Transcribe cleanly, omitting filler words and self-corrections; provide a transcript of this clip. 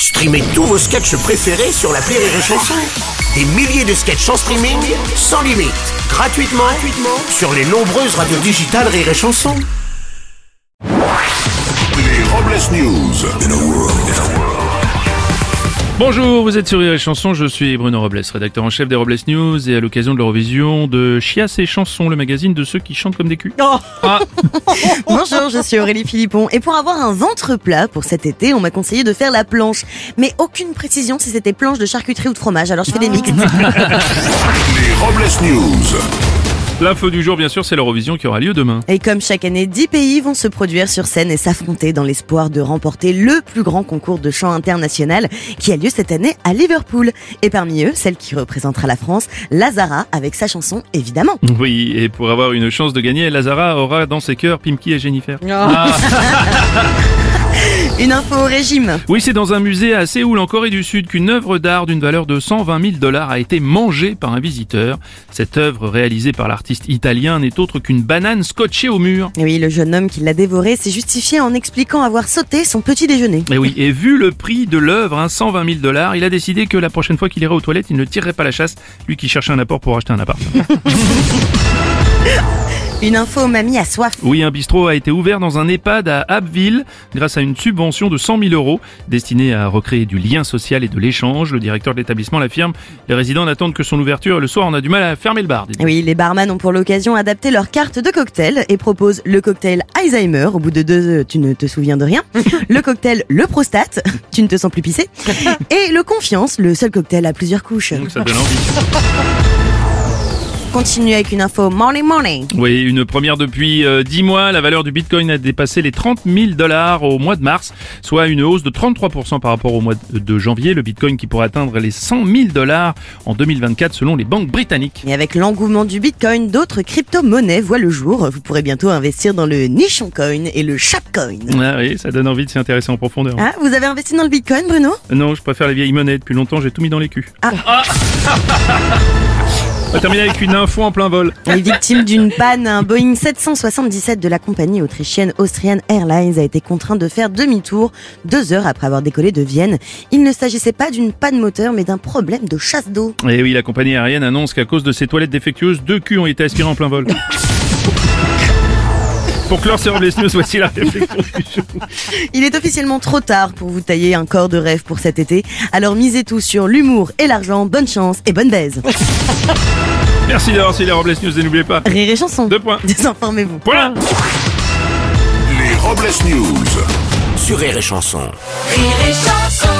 Streamez tous vos sketchs préférés sur l'appli Rire et Chanson. Des milliers de sketchs en streaming, sans limite, gratuitement sur les nombreuses radios digitales Rire et Chanson. Les Robles News. Bonjour, vous êtes sur Rire et Chanson, je suis Bruno Robles, rédacteur en chef des Robles News, et à l'occasion de l'Eurovision de Chiasse et Chansons, le magazine de ceux qui chantent comme des culs. Oh. Bonjour, je suis Aurélie Philippon, et pour avoir un ventre plat pour cet été, on m'a conseillé de faire la planche. Mais aucune précision si c'était planche de charcuterie ou de fromage, alors je fais des mixtes. Les Robles News. L'info du jour, bien sûr, c'est l'Eurovision qui aura lieu demain. Et comme chaque année, 10 pays vont se produire sur scène et s'affronter dans l'espoir de remporter le plus grand concours de chant international qui a lieu cette année à Liverpool. Et parmi eux, celle qui représentera la France, Lazara, avec sa chanson, évidemment. Oui, et pour avoir une chance de gagner, Lazara aura dans ses cœurs Pimki et Jennifer. Une info au régime. Oui, c'est dans un musée à Séoul, en Corée du Sud, qu'une œuvre d'art d'une valeur de $120 000 a été mangée par un visiteur. Cette œuvre, réalisée par l'artiste italien, n'est autre qu'une banane scotchée au mur. Et oui, le jeune homme qui l'a dévorée s'est justifié en expliquant avoir sauté son petit déjeuner. Et oui, et vu le prix de l'œuvre, $120 000, il a décidé que la prochaine fois qu'il irait aux toilettes, il ne tirerait pas la chasse, lui qui cherchait un apport pour acheter un appart. Une info mamie à soif. Oui, un bistrot a été ouvert dans un EHPAD à Abbeville grâce à une subvention de 100 000 € destinée à recréer du lien social et de l'échange. Le directeur de l'établissement l'affirme. Les résidents n'attendent que son ouverture. Le soir, on a du mal à fermer le bar. Oui, les barman ont pour l'occasion adapté leur carte de cocktail et proposent le cocktail Alzheimer. Au bout de 2 tu ne te souviens de rien. Le cocktail le prostate, tu ne te sens plus pisser. Et le confiance, le seul cocktail à plusieurs couches. Donc ça donne envie. Continue avec une info money. Oui, une première depuis 10 mois. La valeur du Bitcoin a dépassé les $30 000 au mois de mars, soit une hausse de 33% par rapport au mois de janvier. Le Bitcoin qui pourrait atteindre les $100 000 en 2024 selon les banques britanniques. Et avec l'engouement du Bitcoin, d'autres crypto-monnaies voient le jour. Vous pourrez bientôt investir dans le Nichon Coin et le Shopcoin. Ah oui, ça donne envie de s'y intéresser en profondeur. Ah, vous avez investi dans le Bitcoin, Bruno ? Non, je préfère les vieilles monnaies. Depuis longtemps, j'ai tout mis dans les culs. On va terminer avec une info en plein vol. Les victimes d'une panne, un Boeing 777 de la compagnie autrichienne Austrian Airlines a été contraint de faire demi-tour 2 heures après avoir décollé de Vienne. Il ne s'agissait pas d'une panne moteur, mais d'un problème de chasse d'eau. Et oui, la compagnie aérienne annonce qu'à cause de ses toilettes défectueuses, 2 culs ont été aspirés en plein vol. Pour clore ces Robles News, voici la réflexion du jour. Il est officiellement trop tard pour vous tailler un corps de rêve pour cet été. Alors misez tout sur l'humour et l'argent. Bonne chance et bonne baise. Merci d'avoir suivi les Robles News et n'oubliez pas. Rire et chanson. 2 points. Désinformez-vous. Voilà. Les Robles News. Sur Rire et Chanson. Rire et chanson.